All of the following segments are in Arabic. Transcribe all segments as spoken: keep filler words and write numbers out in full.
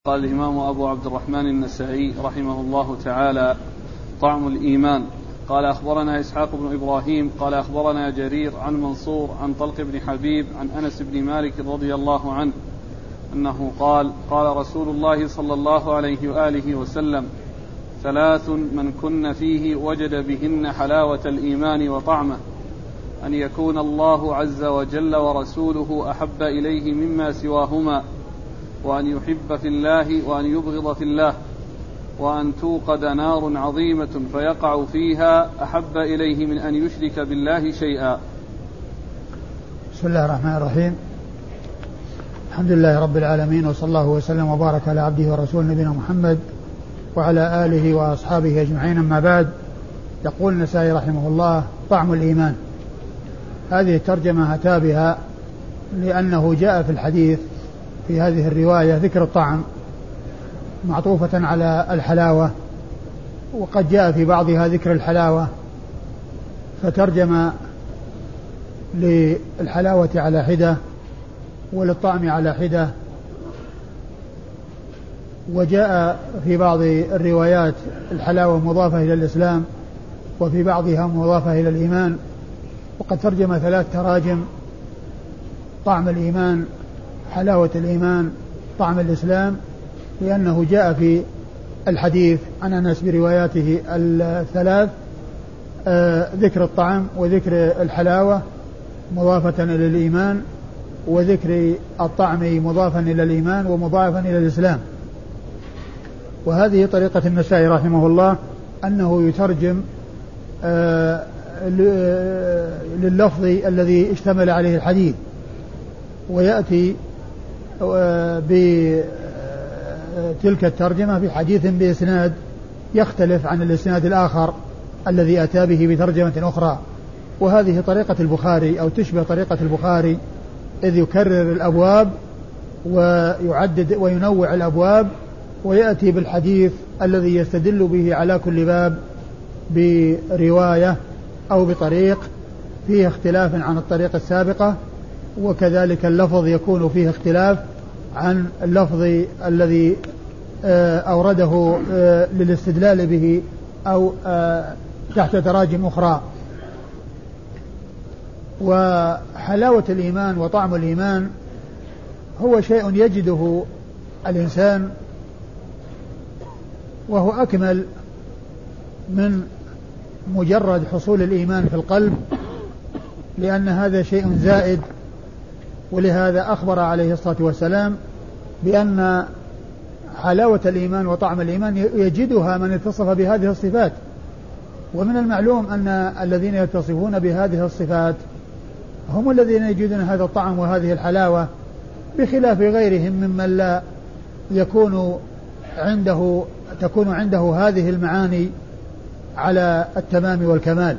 قال الإمام أبو عبد الرحمن النسائي رحمه الله تعالى: طعم الإيمان. قال أخبرنا إسحاق بن إبراهيم قال أخبرنا جرير عن منصور عن طلق بن حبيب عن أنس بن مالك رضي الله عنه أنه قال: قال رسول الله صلى الله عليه وآله وسلم: ثلاث من كن فيه وجد بهن حلاوة الإيمان وطعمه: أن يكون الله عز وجل ورسوله أحب إليه مما سواهما، وأن يحب في الله وأن يبغض في الله، وأن توقد نار عظيمة فيقع فيها أحب إليه من أن يشرك بالله شيئا. بسم الله الرحمن الرحيم. الحمد لله رب العالمين، وصلى الله وسلم وبارك على عبده ورسوله نبينا محمد وعلى آله وأصحابه أجمعين، أما بعد. يقول النسائي رحمه الله: طعم الإيمان. هذه الترجمة أتى بها لأنه جاء في الحديث في هذه الرواية ذكر الطعم معطوفة على الحلاوة، وقد جاء في بعضها ذكر الحلاوة، فترجم للحلاوة على حدة وللطعم على حدة. وجاء في بعض الروايات الحلاوة مضافة إلى الإسلام، وفي بعضها مضافة إلى الإيمان. وقد ترجم ثلاث تراجم: طعم الإيمان، حلاوة الإيمان، طعم الإسلام، لأنه جاء في الحديث عن أنس برواياته الثلاث آه ذكر الطعم وذكر الحلاوة مضافة إلى الإيمان، وذكر الطعم مضافا إلى الإيمان ومضافا إلى الإسلام. وهذه طريقة النسائي رحمه الله، أنه يترجم آه لللفظ الذي اشتمل عليه الحديث، ويأتي بتلك الترجمة في حديث بإسناد يختلف عن الإسناد الآخر الذي أتى به بترجمة أخرى. وهذه طريقة البخاري، أو تشبه طريقة البخاري، إذ يكرر الأبواب ويعدد وينوع الأبواب، ويأتي بالحديث الذي يستدل به على كل باب برواية أو بطريق فيه اختلاف عن الطريقة السابقة، وكذلك اللفظ يكون فيه اختلاف عن اللفظ الذي أورده للاستدلال به أو تحت تراجم أخرى. وحلاوة الإيمان وطعم الإيمان هو شيء يجده الإنسان، وهو أكمل من مجرد حصول الإيمان في القلب، لأن هذا شيء زائد. ولهذا أخبر عليه الصلاة والسلام بأن حلاوة الإيمان وطعم الإيمان يجدها من اتصف بهذه الصفات. ومن المعلوم أن الذين يتصفون بهذه الصفات هم الذين يجدون هذا الطعم وهذه الحلاوة، بخلاف غيرهم ممن لا يكون عنده تكون عنده هذه المعاني على التمام والكمال.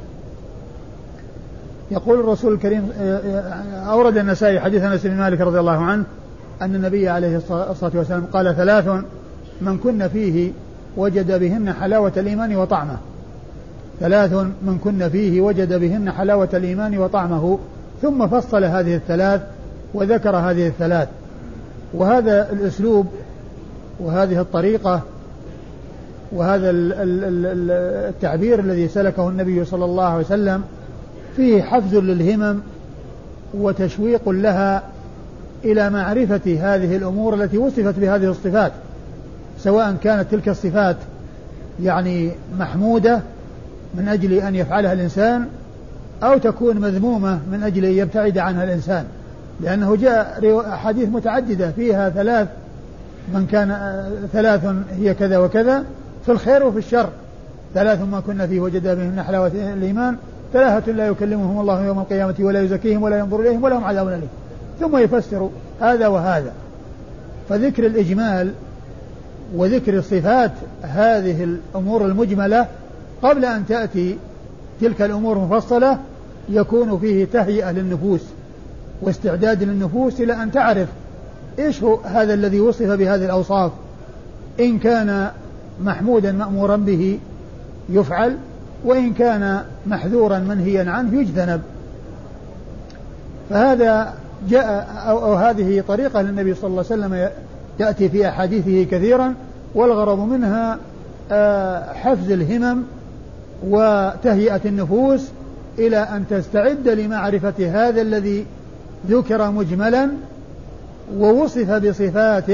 يقول الرسول الكريم، أورد النسائي حديث أنس بن مالك رضي الله عنه أن النبي عليه الصلاة والسلام قال: ثلاث من كن فيه وجد بهن حلاوة الإيمان وطعمه. ثلاث من كن فيه وجد بهن حلاوة الإيمان وطعمه، ثم فصل هذه الثلاث وذكر هذه الثلاث. وهذا الأسلوب وهذه الطريقة وهذا التعبير الذي سلكه النبي صلى الله عليه وسلم فيه حفز للهمم وتشويق لها إلى معرفة هذه الأمور التي وصفت بهذه الصفات، سواء كانت تلك الصفات يعني محمودة من أجل أن يفعلها الإنسان، أو تكون مذمومة من أجل أن يبتعد عنها الإنسان، لأنه جاء حديث متعددة فيها ثلاث: من كان ثلاث هي كذا وكذا في الخير وفي الشر. ثلاث ما كنا فيه وجد بهن حلاوة الإيمان، ثلاثة لا يكلمهم الله يوم القيامة ولا يزكيهم ولا ينظر إليهم ولهم عذاب أليم. ثم يفسر هذا وهذا. فذكر الإجمال وذكر الصفات هذه الأمور المجملة قبل أن تأتي تلك الأمور مفصلة يكون فيه تهيئة للنفوس واستعداد للنفوس إلى أن تعرف إيش هو هذا الذي وصف بهذه الأوصاف، إن كان محمودا مأمورا به يفعل، وإن كان محذورا منهيا عنه يجتنب. فهذا جاء أو, أو هذه طريقة للنبي صلى الله عليه وسلم يأتي في أحاديثه كثيرا، والغرض منها حفز الهمم وتهيئة النفوس إلى أن تستعد لمعرفة هذا الذي ذكر مجملا ووصف بصفات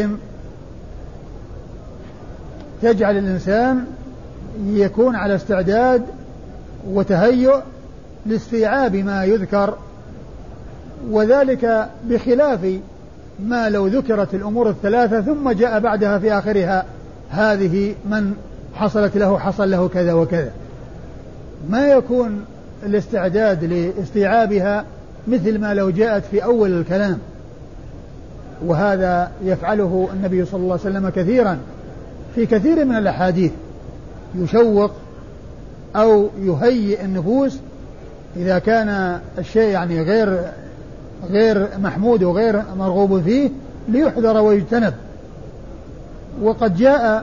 تجعل الإنسان يكون على استعداد وتهيؤ لاستيعاب ما يذكر، وذلك بخلاف ما لو ذكرت الأمور الثلاثة ثم جاء بعدها في آخرها هذه من حصلت له حصل له كذا وكذا، ما يكون الاستعداد لاستيعابها مثل ما لو جاءت في أول الكلام. وهذا يفعله النبي صلى الله عليه وسلم كثيرا في كثير من الأحاديث، يشوق أو يهيئ النفوس إذا كان الشيء يعني غير غير محمود وغير مرغوب فيه ليحذر ويجتنب. وقد جاء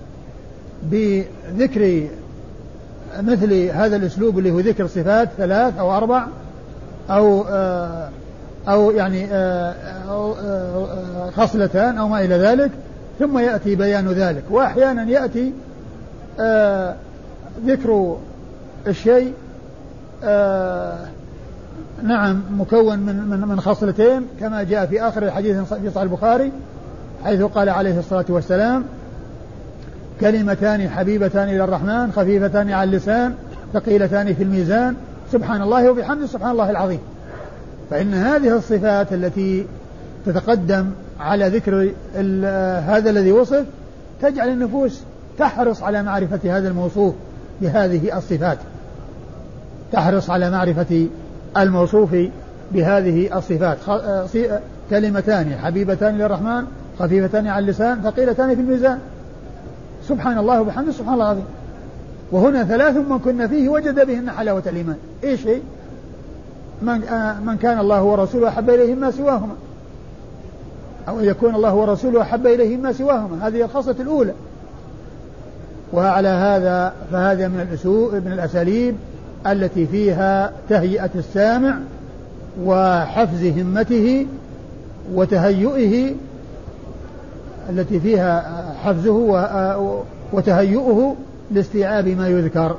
بذكر مثل هذا الأسلوب اللي هو ذكر صفات ثلاث أو أربع أو آه أو يعني آه آه خصلتان أو ما إلى ذلك، ثم يأتي بيان ذلك. وأحيانا يأتي آه ذكر الشيء آه نعم مكون من من من خصلتين، كما جاء في آخر الحديث في صحيح البخاري حيث قال عليه الصلاة والسلام: كلمتان حبيبتان إلى الرحمن خفيفتان على اللسان ثقيلتان في الميزان سبحان الله وبحمده سبحان الله العظيم. فإن هذه الصفات التي تتقدم على ذكر هذا الذي وصف تجعل النفوس تحرص على معرفة هذا الموصوف بهذه الصفات، تحرص على معرفة الموصوف بهذه الصفات. كلمتان حبيبتان للرحمن خفيفتان على اللسان ثقيلتان في الميزان سبحان الله وبحمده سبحان الله العظيم. وهنا ثلاث من كنا فيه وجد بهن حلاوة الإيمان. إيش هي؟ من, آه من كان الله ورسوله أحب إليه ما سواهما، أو يكون الله ورسوله أحب إليه ما سواهما، هذه الخاصة الأولى. وعلى هذا فهذا من الأسلوب من الأساليب التي فيها تهيئة السامع وحفز همته وتهيئه، التي فيها حفزه وتهيئه لاستيعاب ما يذكر،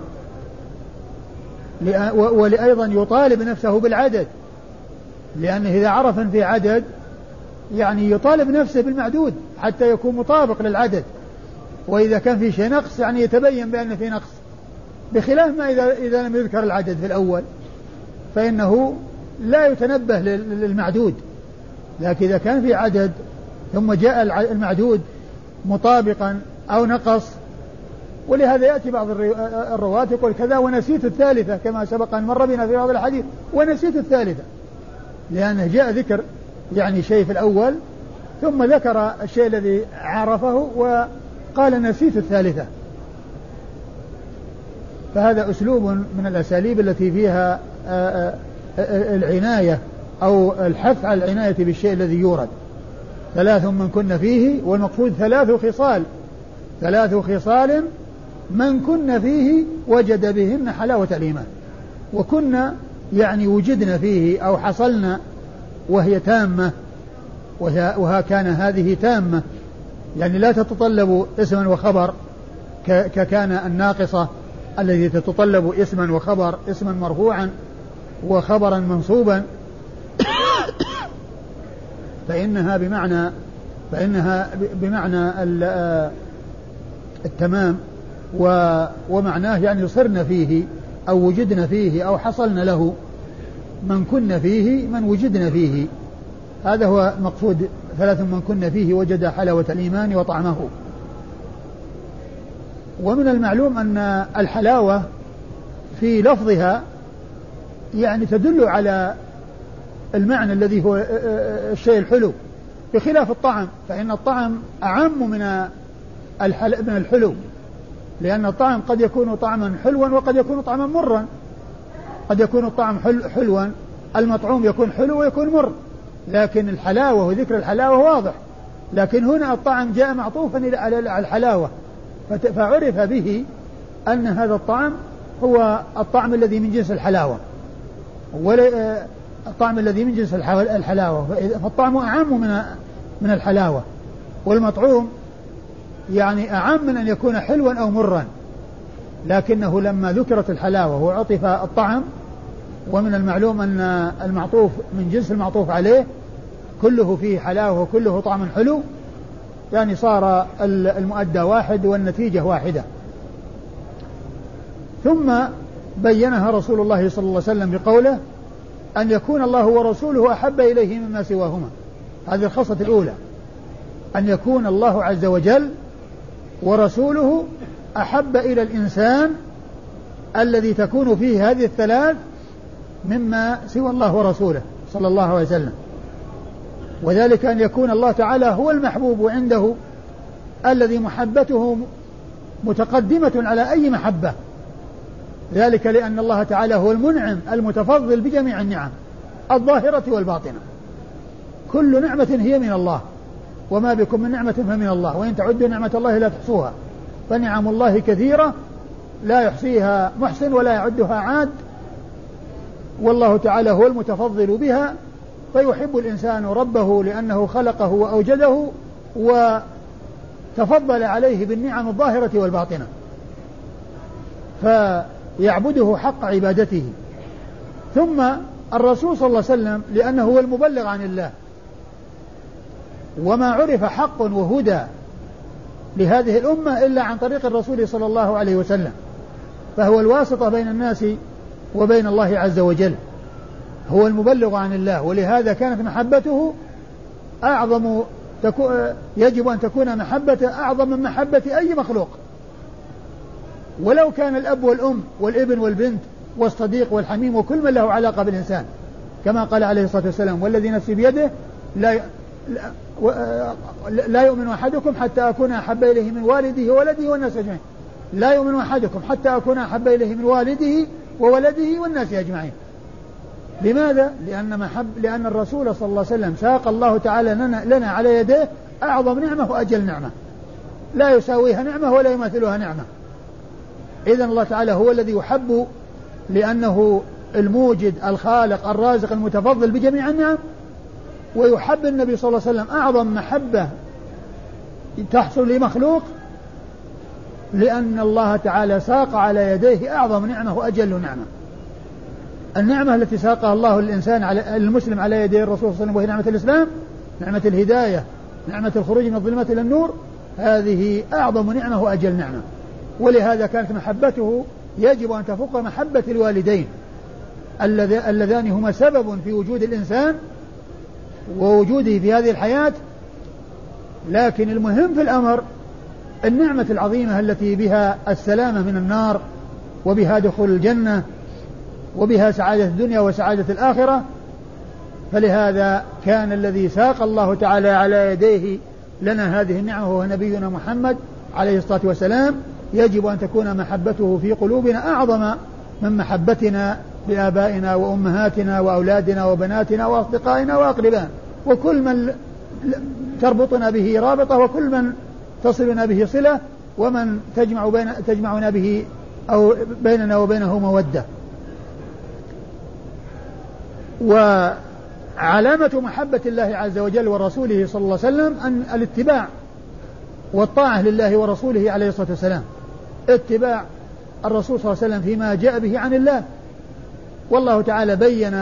ولأيضا يطالب نفسه بالعدد، لأنه إذا عرف في عدد يعني يطالب نفسه بالمعدود حتى يكون مطابق للعدد، وإذا كان في شيء نقص يعني يتبين بأن في نقص، بخلاف ما إذا, إذا لم يذكر العدد في الأول فإنه لا يتنبه للمعدود. لكن إذا كان في عدد ثم جاء المعدود مطابقا أو نقص، ولهذا يأتي بعض الرواة يقول كذا ونسيت الثالثة، كما سبق أن مر بنا في بعض الحديث ونسيت الثالثة، لأنه جاء ذكر يعني شيء في الأول ثم ذكر الشيء الذي عرفه وقال نسيت الثالثة. فهذا أسلوب من الأساليب التي فيها العناية أو الحث على العناية بالشيء الذي يورد. ثلاث من كن فيه، والمقصود ثلاث خصال، ثلاث خصال من كن فيه وجد بهن حلاوة الإيمان. وكنا يعني وجدنا فيه أو حصلنا وهي تامة، وها كان هذه تامة، يعني لا تتطلب اسما وخبر ككان الناقصة الذي تتطلب اسما وخبر، اسما مرفوعا وخبرا منصوبا، فإنها بمعنى فإنها بمعنى التمام، ومعناه يعني صرنا فيه أو وجدنا فيه أو حصلنا له. من كنا فيه من وجدنا فيه، هذا هو مقصود ثلاث من كنا فيه وجد حلاوة الإيمان وطعمه. ومن المعلوم أن الحلاوة في لفظها يعني تدل على المعنى الذي هو الشيء الحلو، بخلاف الطعم، فإن الطعم أعم من من الحلو، لأن الطعم قد يكون طعما حلوا وقد يكون طعما مرا، قد يكون الطعم حلوا، المطعوم يكون حلو ويكون مر، لكن الحلاوة وذكر الحلاوة واضح. لكن هنا الطعم جاء معطوفا على الحلاوة، فعرف به أن هذا الطعم هو الطعم الذي من جنس الحلاوة، الطعم الذي من جنس الحلاوة، فالطعم أعم من من الحلاوة. والمطعوم يعني أعم من أن يكون حلوا أو مرا، لكنه لما ذكرت الحلاوة وعطف الطعم، ومن المعلوم أن المعطوف من جنس المعطوف عليه كله فيه حلاوة وكله طعم حلو، يعني صار المؤدى واحد والنتيجة واحدة. ثم بينها رسول الله صلى الله عليه وسلم بقوله أن يكون الله ورسوله أحب إليه مما سواهما. هذه الخاصة الأولى، أن يكون الله عز وجل ورسوله أحب إلى الإنسان الذي تكون فيه هذه الثلاث مما سوى الله ورسوله صلى الله عليه وسلم، وذلك أن يكون الله تعالى هو المحبوب عنده الذي محبته متقدمة على أي محبة، ذلك لأن الله تعالى هو المنعم المتفضل بجميع النعم الظاهرة والباطنة، كل نعمة هي من الله، وما بكم من نعمة فمن الله، وإن تعدوا نعمة الله لا تحصوها، فنعم الله كثيرة لا يحصيها محسن ولا يعدها عاد، والله تعالى هو المتفضل بها، فيحب الإنسان ربه لأنه خلقه وأوجده وتفضل عليه بالنعم الظاهرة والباطنة، فيعبده حق عبادته. ثم الرسول صلى الله عليه وسلم لأنه هو المبلغ عن الله، وما عرف حق وهدى لهذه الأمة إلا عن طريق الرسول صلى الله عليه وسلم، فهو الواسطة بين الناس وبين الله عز وجل، هو المبلغ عن الله، ولهذا كانت محبته أعظم، يجب أن تكون محبته أعظم من محبة أي مخلوق، ولو كان الأب والأم والابن والبنت والصديق والحميم وكل من له علاقة بالإنسان، كما قال عليه الصلاة والسلام والذي نفسي بيده لا لا يؤمن أحدكم حتى أكون أحب إليه من والده وولده والناس أجمعين، لا يؤمن أحدكم حتى أكون أحب إليه من والده وولده والناس أجمعين. لماذا؟ لأن, محب لأن الرسول صلى الله عليه وسلم ساق الله تعالى لنا, لنا على يديه أعظم نعمة وأجل نعمة، لا يساويها نعمة ولا يماثلها نعمة. إذن الله تعالى هو الذي يحب لأنه الموجد الخالق الرازق المتفضل بجميع النعم، ويحب النبي صلى الله عليه وسلم أعظم محبة تحصل لمخلوق، لأن الله تعالى ساق على يديه أعظم نعمة وأجل نعمة. النعمة التي ساقها الله للإنسان على المسلم على يدي الرسول صلى الله عليه وسلم وهي نعمة الإسلام، نعمة الهداية، نعمة الخروج من الظلمات إلى النور، هذه أعظم نعمة وأجل نعمة، ولهذا كانت محبته يجب أن تفوق محبة الوالدين اللذان هما سبب في وجود الإنسان ووجوده في هذه الحياة. لكن المهم في الأمر النعمة العظيمة التي بها السلامة من النار، وبها دخول الجنة، وبها سعادة الدنيا وسعادة الآخرة. فلهذا كان الذي ساق الله تعالى على يديه لنا هذه النعمة وهو نبينا محمد عليه الصلاة والسلام، يجب أن تكون محبته في قلوبنا أعظم من محبتنا لآبائنا وأمهاتنا وأولادنا وبناتنا وأصدقائنا وأقربائنا وكل من تربطنا به رابطة، وكل من تصلنا به صلة، ومن تجمع بين تجمعنا به أو بيننا وبينه مودة. وعلامة محبة الله عز وجل ورسوله صلى الله عليه وسلم أن الاتباع والطاعة لله ورسوله عليه الصلاة والسلام، اتباع الرسول صلى الله عليه وسلم فيما جاء به عن الله. والله تعالى بين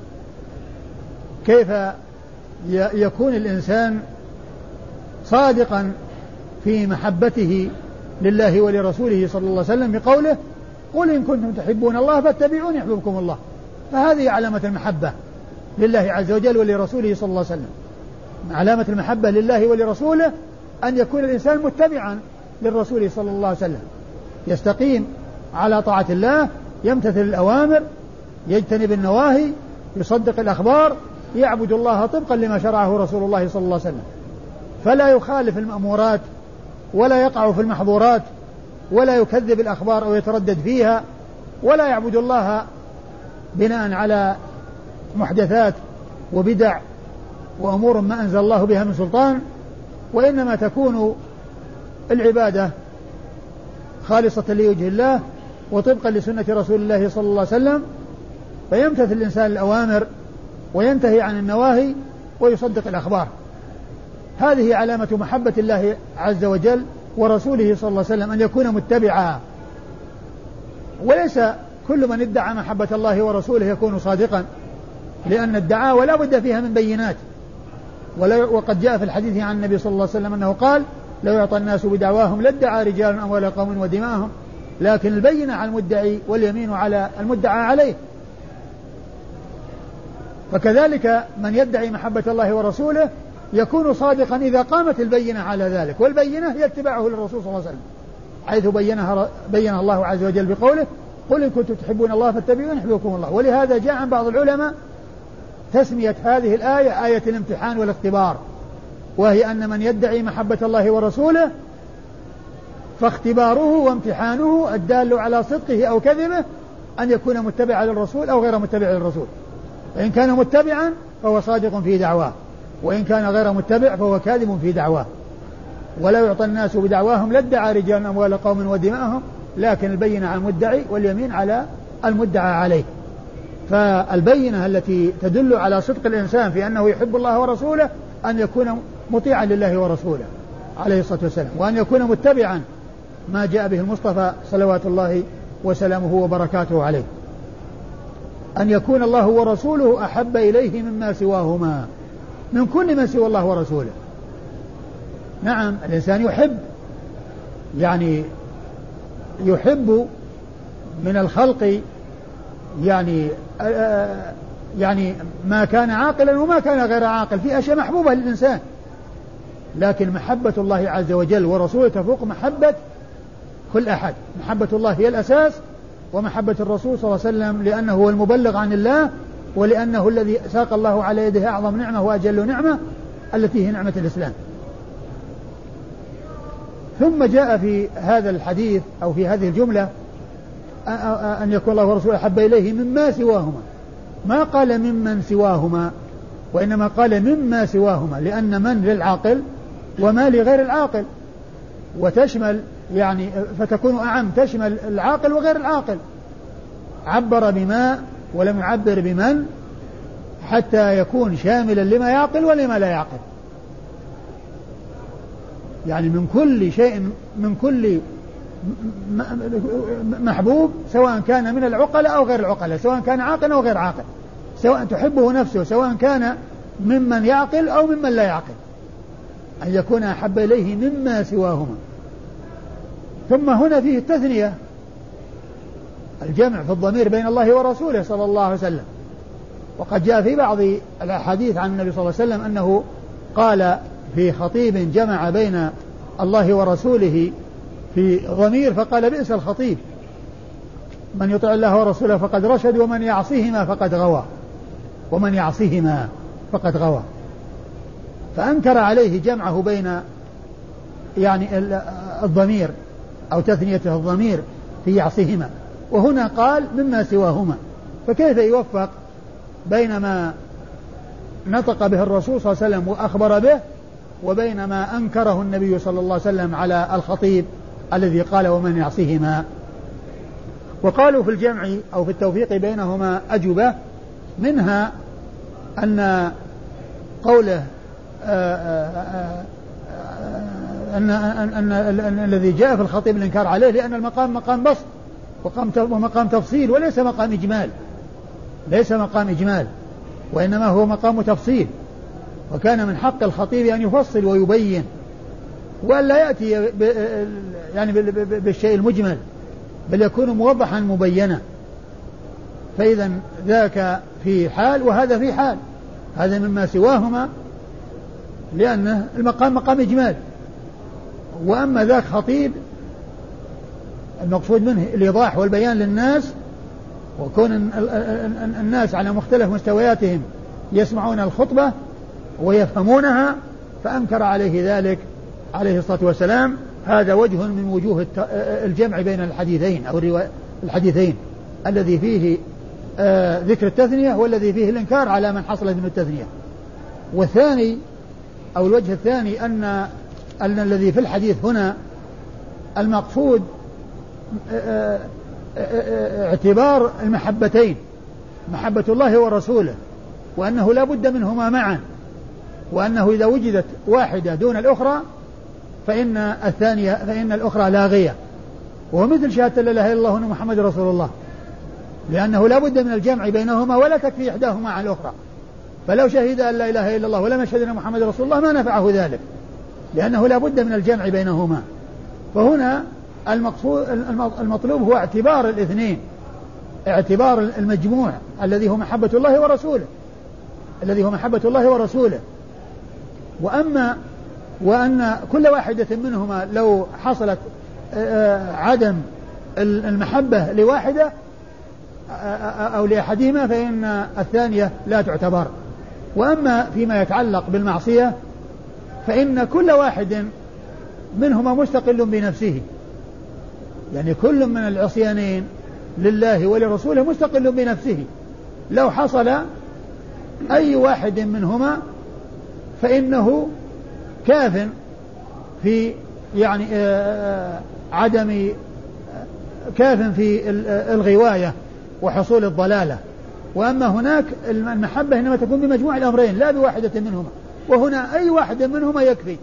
كيف يكون الإنسان صادقا في محبته لله ولرسوله صلى الله عليه وسلم بقوله قل إن كنتم تحبون الله فاتبعوني يحببكم الله. فهذه علامة المحبة لله عز وجل ولرسوله صلى الله عليه وسلم. علامة المحبة لله ولرسوله أن يكون الإنسان متبعا للرسول صلى الله عليه وسلم، يستقيم على طاعة الله، يمتثل الأوامر، يجتنب النواهي، يصدق الأخبار، يعبد الله طبقا لما شرعه رسول الله صلى الله عليه وسلم، فلا يخالف المأمورات ولا يقع في المحظورات ولا يكذب الأخبار أو يتردد فيها، ولا يعبد الله بناء على محدثات وبدع وأمور ما أنزل الله بها من سلطان، وإنما تكون العبادة خالصة لوجه الله وطبقا لسنة رسول الله صلى الله عليه وسلم، فيمتثل الإنسان الأوامر وينتهي عن النواهي ويصدق الأخبار. هذه علامة محبة الله عز وجل ورسوله صلى الله عليه وسلم أن يكون متبعا، وليس كل من ادعى محبة الله ورسوله يكون صادقا، لأن الدعاوى لا بد فيها من بينات. وقد جاء في الحديث عن النبي صلى الله عليه وسلم أنه قال: لو يعطى الناس بدعواهم لادعى رجال أموال قوم ودماءهم، لكن البينة على المدعي واليمين على المدعى عليه. فكذلك من يدعي محبة الله ورسوله يكون صادقا إذا قامت البينة على ذلك، والبينة هي اتباعه للرسول صلى الله عليه وسلم، حيث بينها بين الله عز وجل بقوله: قل إن كنتم تحبون الله فاتبعوني يحببكم الله. ولهذا جاء عن بعض العلماء تسمية هذه الآية آية الامتحان والاختبار، وهي أن من يدعي محبة الله ورسوله فاختباره وامتحانه الدال على صدقه أو كذبه أن يكون متبعا للرسول أو غير متبع للرسول. فإن كان متبعا فهو صادق في دعواه، وإن كان غير متبع فهو كاذب في دعواه. ولا يعطى الناس بدعواهم لادعى رجال أموال قوم ودماءهم، لكن البينة على المدعي واليمين على المدعى عليه. فالبينة التي تدل على صدق الإنسان في أنه يحب الله ورسوله أن يكون مطيعا لله ورسوله عليه الصلاة والسلام، وأن يكون متبعا ما جاء به المصطفى صلوات الله وسلامه وبركاته عليه. أن يكون الله ورسوله أحب إليه مما سواهما، من كل ما سوى الله ورسوله. نعم الإنسان يحب، يعني يحب من الخلق يعني يعني ما كان عاقلا وما كان غير عاقل، في أشياء محبوبة للإنسان، لكن محبة الله عز وجل ورسوله تفوق محبة كل أحد. محبة الله هي الأساس، ومحبة الرسول صلى الله عليه وسلم لأنه هو المبلغ عن الله، ولأنه الذي ساق الله على يده أعظم نعمة وأجل نعمة التي هي نعمة الإسلام. ثم جاء في هذا الحديث أو في هذه الجملة أن يكون الله ورسوله أحب إليه مما سواهما، ما قال ممن سواهما، وإنما قال مما سواهما، لأن من للعاقل وما لغير العاقل، وتشمل يعني فتكون أعم، تشمل العاقل وغير العاقل. عبر بما ولم يعبر بمن حتى يكون شاملا لما يعقل ولما لا يعقل، يعني من كل شيء، من كل محبوب سواء كان من العقلاء أو غير العقلاء، سواء كان عاقل أو غير عاقل، سواء تحبه نفسه، سواء كان ممن يعقل أو ممن لا يعقل، أن يكون أحب إليه مما سواهما. ثم هنا فيه التثنية، الجمع في الضمير بين الله ورسوله صلى الله عليه وسلم. وقد جاء في بعض الأحاديث عن النبي صلى الله عليه وسلم أنه قال في خطيب جمع بين الله ورسوله في ضمير فقال: بئس الخطيب، من يطع الله ورسوله فقد رشد، ومن يعصيهما فقد غوى، ومن يعصيهما فقد غوى. فأنكر عليه جمعه بين يعني الضمير أو تثنيته الضمير في يعصيهما، وهنا قال مما سواهما. فكيف يوفق بين ما نطق به الرسول صلى الله عليه وسلم وأخبر به وبين ما أنكره النبي صلى الله عليه وسلم على الخطيب الذي قال ومن يعصيهما؟ وقالوا في الجمع أو في التوفيق بينهما أجوبة، منها أن قوله آآ آآ أن, أن, أن, أن الذي جاء في الخطيب الإنكار عليه لأن المقام مقام بسط ومقام تفصيل، وليس مقام إجمال، ليس مقام إجمال، وإنما هو مقام تفصيل. وكان من حق الخطيب أن يفصل ويبين، وألا يأتي ب يعني بالشيء المجمل، بل يكون موضحا مبينا. فإذا ذاك في حال وهذا في حال، هذا مما سواهما لأنه المقام مقام إجمال، وأما ذاك خطيب المقصود منه الإيضاح والبيان للناس، وكون الناس على مختلف مستوياتهم يسمعون الخطبة ويفهمونها، فأنكر عليه ذلك عليه الصلاة والسلام. هذا وجه من وجوه الجمع بين الحديثين أو الحديثين، الذي فيه ذكر التثنية والذي فيه الإنكار على من حصلت من التثنية. والثاني أو الوجه الثاني أن أن الذي في الحديث هنا المقصود اعتبار المحبتين، محبة الله ورسوله، وأنه لا بد منهما معا، وأنه إذا وجدت واحدة دون الأخرى فإن الثانية فإن الأخرى لاغية، ومثل شهادة لا إله إلا الله وأن محمد رسول الله، لأنه لا بد من الجمع بينهما ولا تكفي إحداهما عن الأخرى. فلو شهد أن لا إله إلا الله ولم يشهد أن محمد رسول الله ما نفعه ذلك، لأنه لا بد من الجمع بينهما. فهنا المقصود المطلوب هو اعتبار الاثنين، اعتبار المجموع الذي هو محبة الله ورسوله، الذي هو محبة الله ورسوله. وأما وأن كل واحدة منهما لو حصلت عدم المحبة لواحدة أو لأحدهما فإن الثانية لا تعتبر. وأما فيما يتعلق بالمعصية فإن كل واحد منهما مستقل بنفسه، يعني كل من العصيانين لله ولرسوله مستقل بنفسه. لو حصل أي واحد منهما فإنه كاف في يعني عدم كاف في الغواية وحصول الضلالة. وأما هناك المحبة إنما تكون بمجموع الأمرين لا بواحدة منهما، وهنا أي واحد منهما يكفي،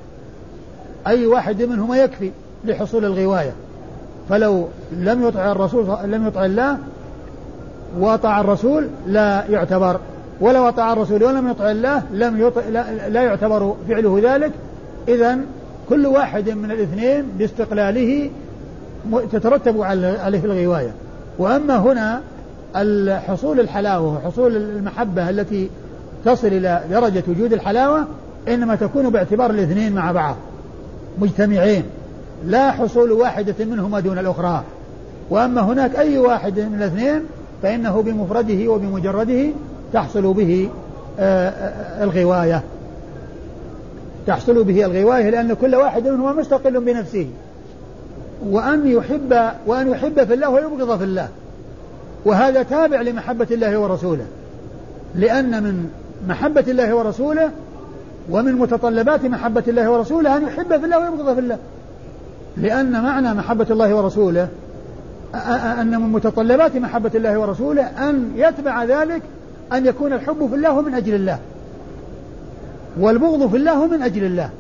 أي واحد منهما يكفي لحصول الغواية. فلو لم يطع الرسول لم يطع الله وطاع الرسول لا يعتبر، ولو طاع الرسول ولم يطع الله لم يطع لا, لا يعتبر فعله ذلك. إذن كل واحد من الاثنين باستقلاله تترتب عليه الغواية. وأما هنا الحصول الحلاوة وحصول المحبة التي تصل إلى درجة وجود الحلاوة إنما تكون باعتبار الاثنين مع بعض مجتمعين، لا حصول واحدة منهما دون الأخرى. وأما هناك أي واحد من الاثنين فإنه بمفرده وبمجرده تحصل به الغواية، تحصل به الغواية لأن كل واحد منهما مستقل بنفسه. وأن يحب وأن يحب في الله ويبغض في الله، وهذا تابع لمحبة الله ورسوله، لأن من محبة الله ورسوله ومن متطلبات محبة الله ورسوله أن يحب في الله ويبغض في الله، لأن معنى محبة الله ورسوله أن من متطلبات محبة الله ورسوله أن يتبع ذلك أن يكون الحب في الله من أجل الله، والبغض في الله من أجل الله،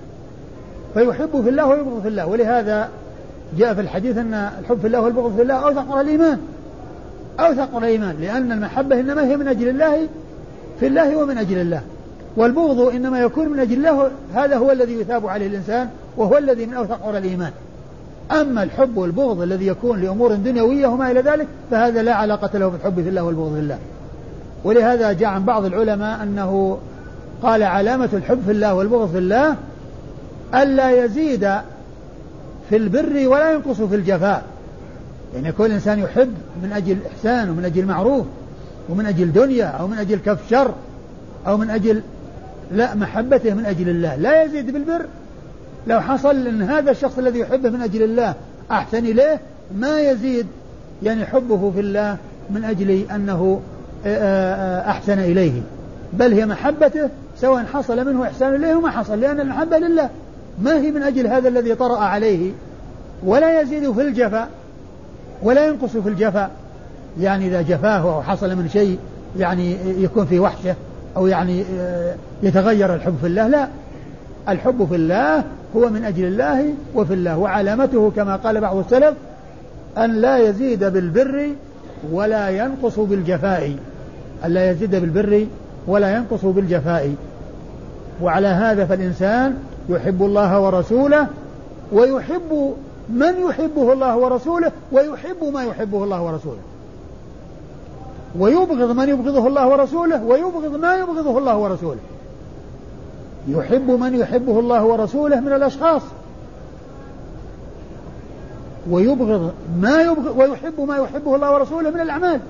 فيحب في الله ويبغض في الله. ولهذا جاء في الحديث أن الحب في الله والبغض في الله أوثق الإيمان، أوثق الإيمان، لأن المحبة إنما هي من أجل الله في الله ومن أجل الله، والبغض إنما يكون من أجل الله، هذا هو الذي يثاب عليه الإنسان وهو الذي من أوثق الإيمان. أما الحب والبغض الذي يكون لأمور دنيوية وما إلى ذلك فهذا لا علاقة له بالحب في الله والبغض في الله. ولهذا جاء عن بعض العلماء أنه قال علامة الحب في الله والبغض في الله ألا يزيد في البر ولا ينقص في الجفاء، يعني كل إنسان يحب من أجل إحسان ومن أجل معروف ومن أجل دنيا أو من أجل كف شر أو من أجل لا محبته من أجل الله، لا يزيد بالبر. لو حصل أن هذا الشخص الذي يحبه من أجل الله أحسن إليه ما يزيد يعني حبه في الله من أجل أنه أحسن إليه، بل هي محبته سواء حصل منه إحسان إليه وما حصل، لأن المحبة لله ما هي من أجل هذا الذي طرأ عليه. ولا يزيد في الجفاء ولا ينقص في الجفاء، يعني إذا جفاه أو حصل من شيء يعني يكون في وحشة أو يعني يتغير الحب في الله، لا، الحب في الله هو من أجل الله وفي الله. وعلامته كما قال بعض السلف أن لا يزيد بالبر ولا ينقص بالجفاء، أن لا يزيد بالبر ولا ينقص بالجفاء. وعلى هذا فالإنسان يحب الله ورسوله ويحب من يحبه الله ورسوله ويحب ما يحبه الله ورسوله، ويبغض من يبغضه الله ورسوله ويبغض ما يبغضه الله ورسوله. يحب من يحبه الله ورسوله من الأشخاص، ويبغض ما يبغض ويحب ما يحبه الله ورسوله من الأعمال،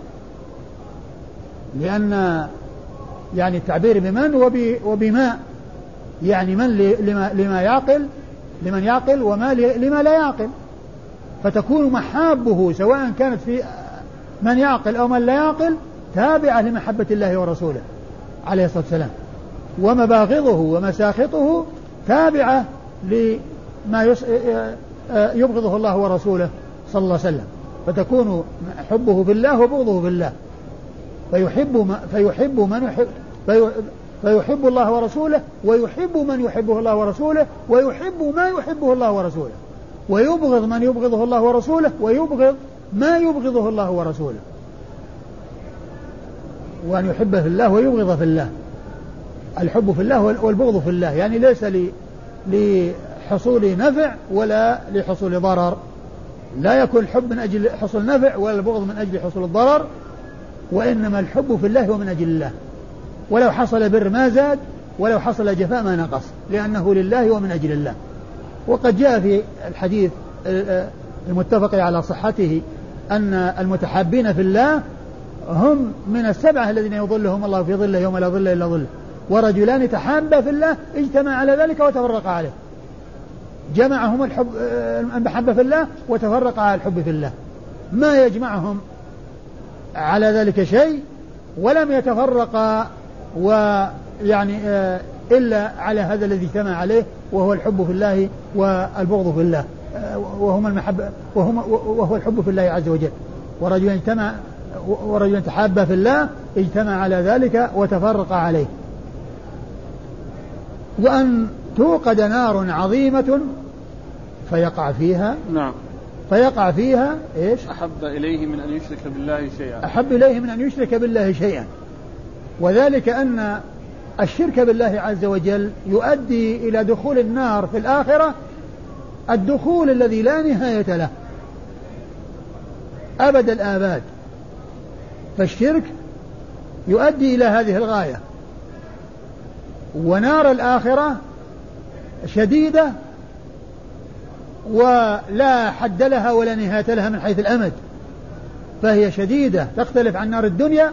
لأن يعني التعبير بمن وبما يعني من لما, لما يعقل لمن يعقل وما لما لا يعقل، فتكون محابه سواء كانت في من يعقل أو من لا يعقل تابعة لمحبة الله ورسوله عليه الصلاة والسلام، ومباغضه ومساخطه تابعة لما يبغضه الله ورسوله صلى الله عليه وسلم، فتكون حبه في الله وبغضه في الله. فيحب, فيحب من يحب فيحب الله ورسوله ويحب من يحبه الله ورسوله ويحب ما يحبه الله ورسوله ويبغض من يبغضه الله ورسوله ويبغض ما يبغضه الله ورسوله، وأن يحبه في الله ويبغض في الله. الحب في الله والبغض في الله، يعني ليس لحصول نفع ولا لحصول ضرر، لا يكون الحب من أجل حصول نفع ولا البغض من أجل حصول الضرر، وإنما الحب في الله ومن أجل الله، ولو حصل بر ما زاد ولو حصل جفاء ما نقص، لأنه لله ومن أجل الله. وقد جاء في الحديث المتفق على صحته أن المتحابين في الله هم من السبعة الذين يظلهم الله في ظله يوم لا ظل إلا ظله، ورجلان تحابا في الله اجتمع على ذلك وتفرق عليه. جمعهم الحب المحبة في الله وتفرق على الحب في الله، ما يجمعهم على ذلك شيء، ولم يتفرقا ويعني إلا على هذا الذي اجتمع عليه، وهو الحب في الله والبغض في الله، وهما المحبة وهما وهو الحب في الله عز وجل. ورجل اجتمع ورجل تحابا في الله اجتمع على ذلك وتفرق عليه. وأن توقد نار عظيمة فيقع فيها نعم فيقع فيها إيش؟ أحب إليه من أن يشرك بالله شيئا أحب إليه من أن يشرك بالله شيئا وذلك أن الشرك بالله عز وجل يؤدي إلى دخول النار في الآخرة، الدخول الذي لا نهاية له أبد الآباد. فالشرك يؤدي إلى هذه الغاية. ونار الآخرة شديدة ولا حد لها ولا نهاية لها من حيث الأمد، فهي شديدة تختلف عن نار الدنيا،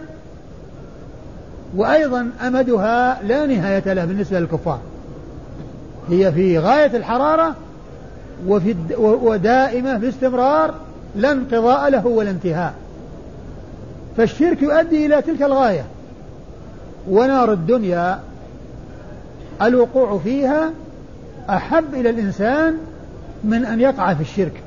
وأيضا أمدها لا نهاية له بالنسبة للكفار، هي في غاية الحرارة وفي ودائمة باستمرار لا انقضاء له ولا انتهاء. فالشرك يؤدي إلى تلك الغاية. ونار الدنيا الوقوع فيها أحب إلى الإنسان من أن يقع في الشرك،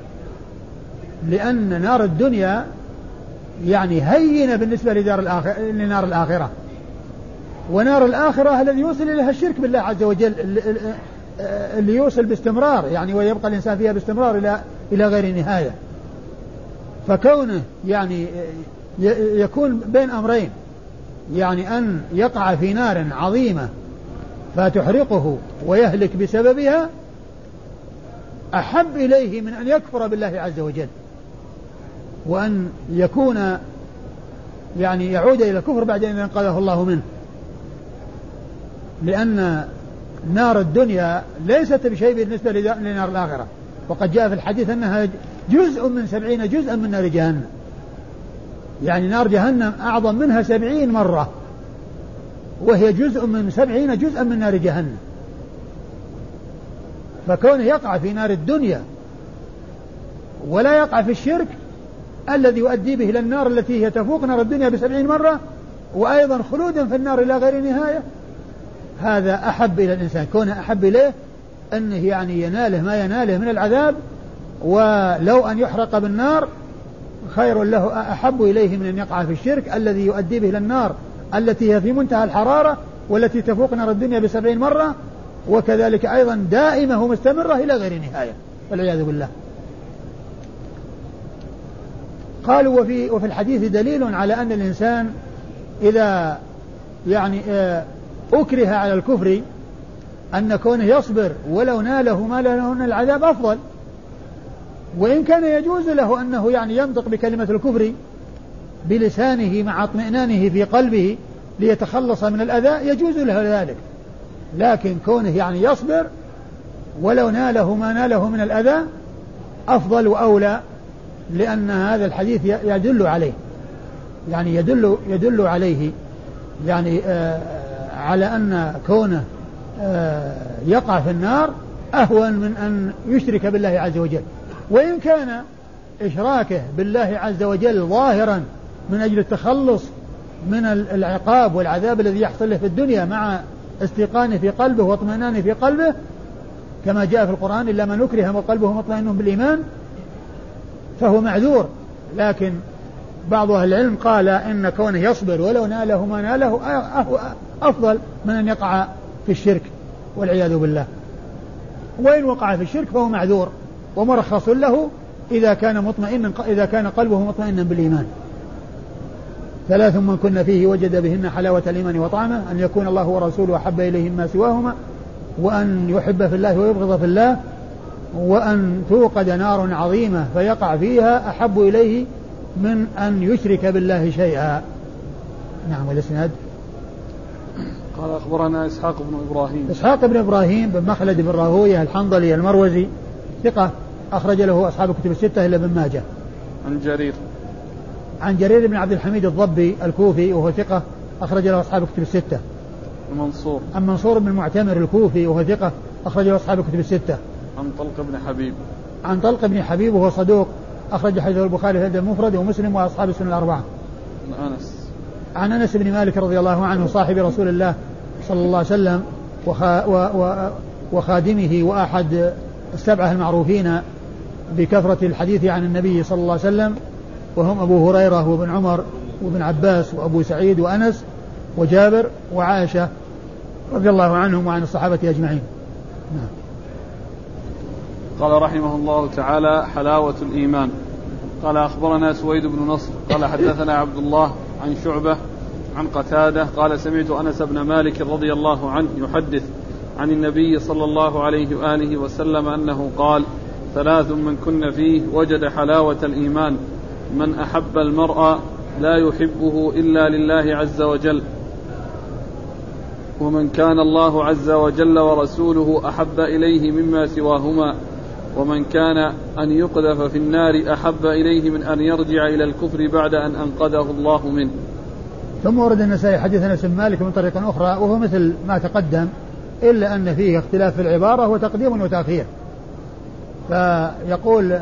لأن نار الدنيا يعني هينة بالنسبة لدار الآخرة لنار الآخرة، ونار الآخرة الذي يوصل إليها الشرك بالله عز وجل اللي يوصل باستمرار، يعني ويبقى الإنسان فيها باستمرار إلى إلى غير نهاية. فكونه يعني يكون بين أمرين، يعني أن يقع في نار عظيمة فتحرقه ويهلك بسببها، أحب إليه من أن يكفر بالله عز وجل وأن يكون يعني يعود إلى الكفر بعد أن ينقذه الله منه. لأن نار الدنيا ليست بشيء بالنسبة لنار الآخرة، وقد جاء في الحديث أنها جزء من سبعين جزءا من نار جهنم، يعني نار جهنم أعظم منها سبعين مرة، وهي جزء من سبعين جزءا من نار جهنم. فكونه يقع في نار الدنيا ولا يقع في الشرك الذي يؤدي به إلى النار التي هي تفوق نار الدنيا بسبعين مرة، وأيضا خلودا في النار إلى غير نهاية، هذا أحب إلى الإنسان. كونه أحب إليه أنه يعني يناله ما يناله من العذاب، ولو أن يحرق بالنار خير له، أحب إليه من أن يقع في الشرك الذي يؤدي به إلى النار التي هي في منتهى الحرارة والتي تفوق نار الدنيا بسبعين مرة، وكذلك أيضا دائمة ومستمرة إلى غير نهاية والعياذ بالله. قالوا وفي, وفي الحديث دليل على أن الإنسان إذا يعني أكره على الكفر أن كونه يصبر ولو ناله ما له من العذاب أفضل، وإن كان يجوز له أنه يعني ينطق بكلمة الكفر بلسانه مع اطمئنانه في قلبه ليتخلص من الأذى يجوز له ذلك، لكن كونه يعني يصبر ولو ناله ما ناله من الأذى أفضل وأولى، لأن هذا الحديث يدل عليه، يعني يدل يدل عليه يعني آه على أن كونه آه يقع في النار أهون من أن يشرك بالله عز وجل. وإن كان إشراكه بالله عز وجل ظاهرا من أجل التخلص من العقاب والعذاب الذي يحصل له في الدنيا مع استيقانه في قلبه واطمئنانه في قلبه، كما جاء في القرآن إلا من أكره وقلبه مطمئن بالإيمان، فهو معذور. لكن بعض أهل العلم قال إن كونه يصبر ولو ناله ما ناله أفضل من أن يقع في الشرك والعياذ بالله. وإن وقع في الشرك فهو معذور ومرخص له إذا كان مطمئنا إذا كان قلبه مطمئنا بالإيمان. ثلاث من كن فيه وجد بهن حلاوة الإيمان وطعمه: أن يكون الله ورسوله أحب إليه مما سواهما، وأن يحب في الله ويبغض في الله، وأن توقد نار عظيمة فيقع فيها أحب إليه من أن يشرك بالله شيئا. نعم. والإسناد قال أخبرنا إسحاق بن إبراهيم إسحاق بن إبراهيم بن مخلد بن راهويه الحنظلي المروزي ثقة أخرج له أصحاب الكتب الستة إلا ابن ماجه. عن جرير عن جرير بن عبد الحميد الضبي الكوفي وهو ثقة أخرج له أصحاب الكتب الستة. منصور عن منصور بن المعتمر الكوفي وهو ثقة أخرج له أصحاب الكتب الستة. عن طلق بن حبيب عن طلق بن حبيب وهو صدوق أخرج حديثه البخاري في الأدب المفرد ومسلم وأصحاب السنن الأربعة. عن أنس عن أنس بن مالك رضي الله عنه صاحب رسول الله صلى الله عليه وسلم وخا و و وخادمه وأحد السبعة المعروفين بكثرة الحديث عن النبي صلى الله عليه وسلم، وهم أبو هريرة وابن عمر وابن عباس وأبو سعيد وأنس وجابر وعائشة رضي الله عنهم وعن الصحابة أجمعين. نعم. قال رحمه الله تعالى: حلاوة الإيمان. قال أخبرنا سويد بن نصر قال حدثنا عبد الله عن شعبة عن قتادة قال: سمعت أنس بن مالك رضي الله عنه يحدث عن النبي صلى الله عليه وآله وسلم أنه قال: ثلاث من كن فيه وجد حلاوة الإيمان: من أحب المرء لا يحبه إلا لله عز وجل، ومن كان الله عز وجل ورسوله أحب إليه مما سواهما، ومن كان أن يقذف في النار أحب إليه من أن يرجع إلى الكفر بعد أن أنقذه الله منه. ثم ورد النسائي حديث أنس بن مالك من طريق أخرى وهو مثل ما تقدم، إلا أن فيه اختلاف في العبارة وتقديم وتأخير. فيقول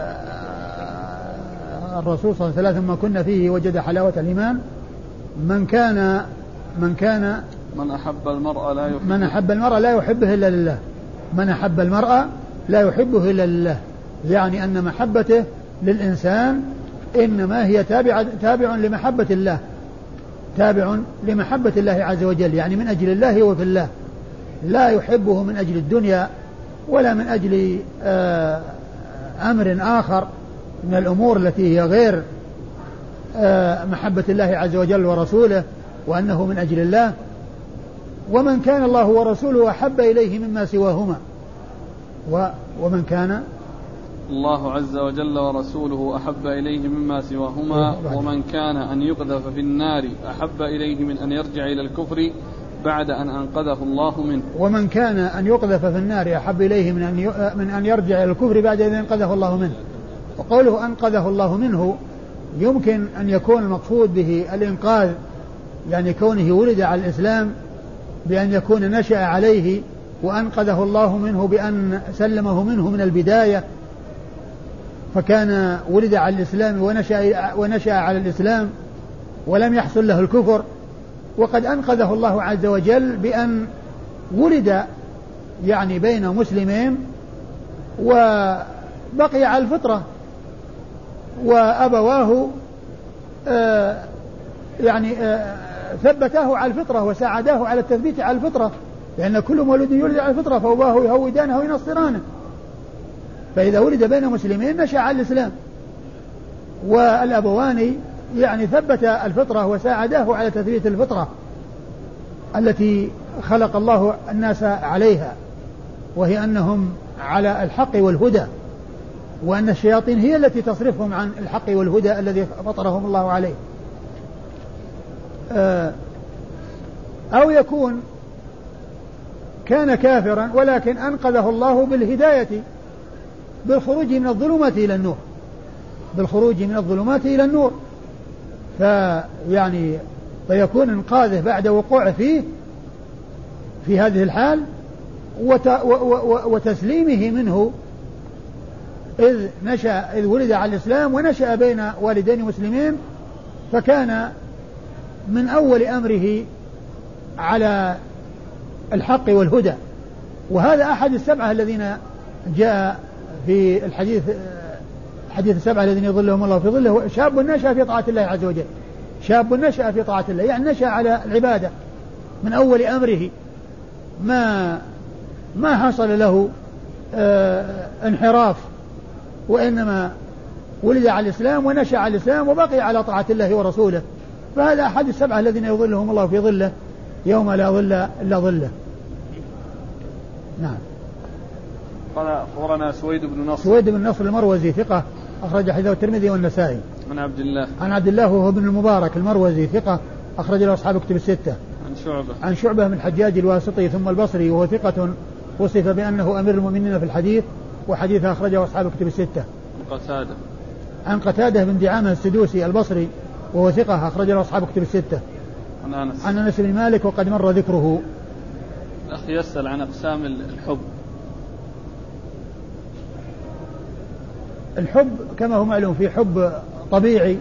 الرسول صلى الله عليه وسلم: ما كنا فيه وجد حلاوة الإيمان: من كان من كان من أحب المرء لا يحبه من أحب المرء لا يحبه إلا لله من أحب المرء لا يحبه إلا لله، يعني أن محبته للإنسان إنما هي تابع تابع لمحبة الله، تابع لمحبة الله عز وجل، يعني من أجل الله وفي الله، لا يحبه من أجل الدنيا ولا من أجل أمر آخر من الأمور التي هي غير محبة الله عز وجل ورسوله، وأنه من أجل الله. ومن كان الله ورسوله أحب إليه مما سواهما، ومن كان الله عز وجل ورسوله أحب إليه مما سواهما، ومن كان أن يقذف في النار أحب إليه من أن يرجع إلى الكفر بعد أن أنقذه الله منه. ومن كان أن يقذف في النار أحب إليه من أن من أن يرجع إلى الكفر بعد أن أنقذه الله منه. وقوله أنقذه الله منه يمكن أن يكون المقصود به الإنقاذ، يعني كونه ولد على الإسلام بأن يكون نشأ عليه، وأنقذه الله منه بأن سلمه منه من البداية، فكان ولد على الإسلام ونشأ, ونشأ على الإسلام ولم يحصل له الكفر. وقد أنقذه الله عز وجل بأن ولد يعني بين مسلمين وبقي على الفطرة، وأبواه آه يعني آه ثبتاه على الفطرة وساعداه على التثبيت على الفطرة، لأن كل مولود يولد على الفطرة فأبواه يهودانه وينصرانه. فإذا ولد بين مسلمين نشأ على الإسلام، والأبوان يعني ثبت الفطرة وساعداه على تثبيت الفطرة التي خلق الله الناس عليها، وهي أنهم على الحق والهدى، وأن الشياطين هي التي تصرفهم عن الحق والهدى الذي فطرهم الله عليه. أو يكون كان كافرا ولكن أنقذه الله بالهداية، بالخروج من الظلمات إلى النور، بالخروج من الظلمات إلى النور، فيعني فيكون انقاذه بعد وقوعه فيه في هذه الحال وتسليمه منه، إذ نشأ إذ ولد على الإسلام ونشأ بين والدين مسلمين، فكان من أول أمره على الحق والهدى. وهذا أحد السبعة الذين جاء في الحديث حديث السبعة الذين يظلهم الله في ظله شاب نشأ في طاعة الله عز وجل، شاب نشأ في طاعة الله يعني نشأ على العبادة من أول أمره، ما ما حصل له آه انحراف، وإنما ولد على الإسلام ونشأ على الإسلام وبقي على طاعة الله ورسوله، فهذا أحد السبعة الذين يظلهم الله في ظله يوم لا ظل إلا ظله. نعم. قال أخبرنا سويد بن نصر. سويد بن نصر المروزي ثقة أخرج حديثه الترمذي والنسائي. عن عبد الله. عن عبد الله وهو ابن المبارك المروزي ثقة أخرج له أصحاب كتب الستة. عن شعبة. عن شعبة بن الحجاج الواسطي ثم البصري وهو ثقة وصف بأنه أمير المؤمنين في الحديث وحديثه أخرجه أصحاب كتب الستة. عن قتادة. عن قتادة بن دعامة السدوسي البصري وهو ثقة أخرج له أصحاب كتب الستة. عن أنس. عن أنس بن مالك وقد مر ذكره. الأخ يسأل عن أقسام الحب. الحب كما هو معلوم في حب طبيعي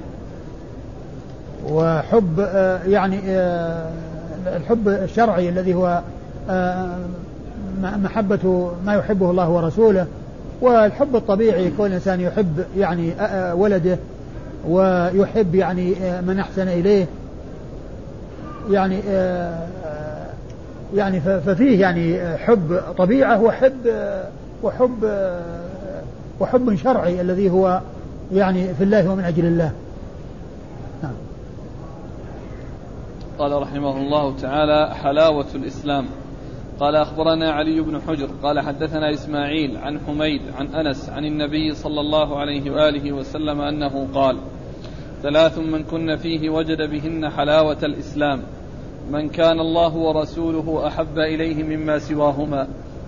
وحب آه يعني آه الحب الشرعي الذي هو آه محبة ما يحبه الله ورسوله، والحب الطبيعي كل إنسان يحب يعني آه ولده ويحب يعني آه من أحسن إليه، يعني آه يعني ففيه يعني حب طبيعة وحب آه وحب آه وحب شرعي الذي هو يعني في الله ومن أجل الله. نعم. قال رحمه الله تعالى: حلاوة الإسلام. قال أخبرنا علي بن حجر قال حدثنا إسماعيل عن حميد عن أنس عن النبي صلى الله عليه وآله وسلم أنه قال: ثلاث من كن فيه وجد بهن حلاوة الإسلام: من كان الله ورسوله أحب إليه مما سواهما،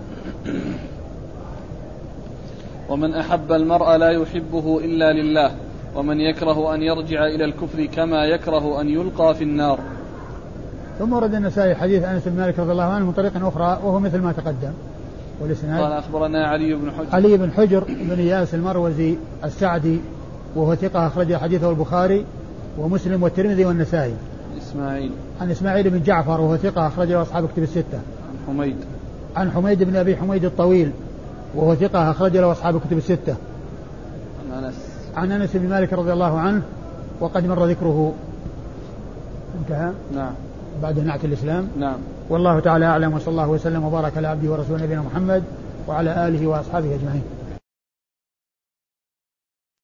ومن أحب المرء لا يحبه إلا لله، ومن يكره أن يرجع إلى الكفر كما يكره أن يلقى في النار. ثم ورد النسائي حديث أنس بن مالك رضي الله عنه من طريق أخرى وهو مثل ما تقدم. قال أخبرنا علي بن حجر. علي بن حجر بن إياس المروزي السعدي وهو ثقة أخرج حديثه البخاري ومسلم والترمذي والنسائي. إسماعيل. عن إسماعيل بن جعفر وهو ثقة أخرج له أصحاب كتب الستة. عن حميد. عن حميد بن أبي حميد الطويل وهو ثقة أخرج له أصحاب كتب الستة. عن أنس. عن أنس بن مالك رضي الله عنه وقد مر ذكره. انتهى. نعم. بعد نعت الإسلام. نعم. والله تعالى أعلم، وصلى الله وسلم وبارك على عبده ورسوله نبينا محمد وعلى آله وأصحابه أجمعين.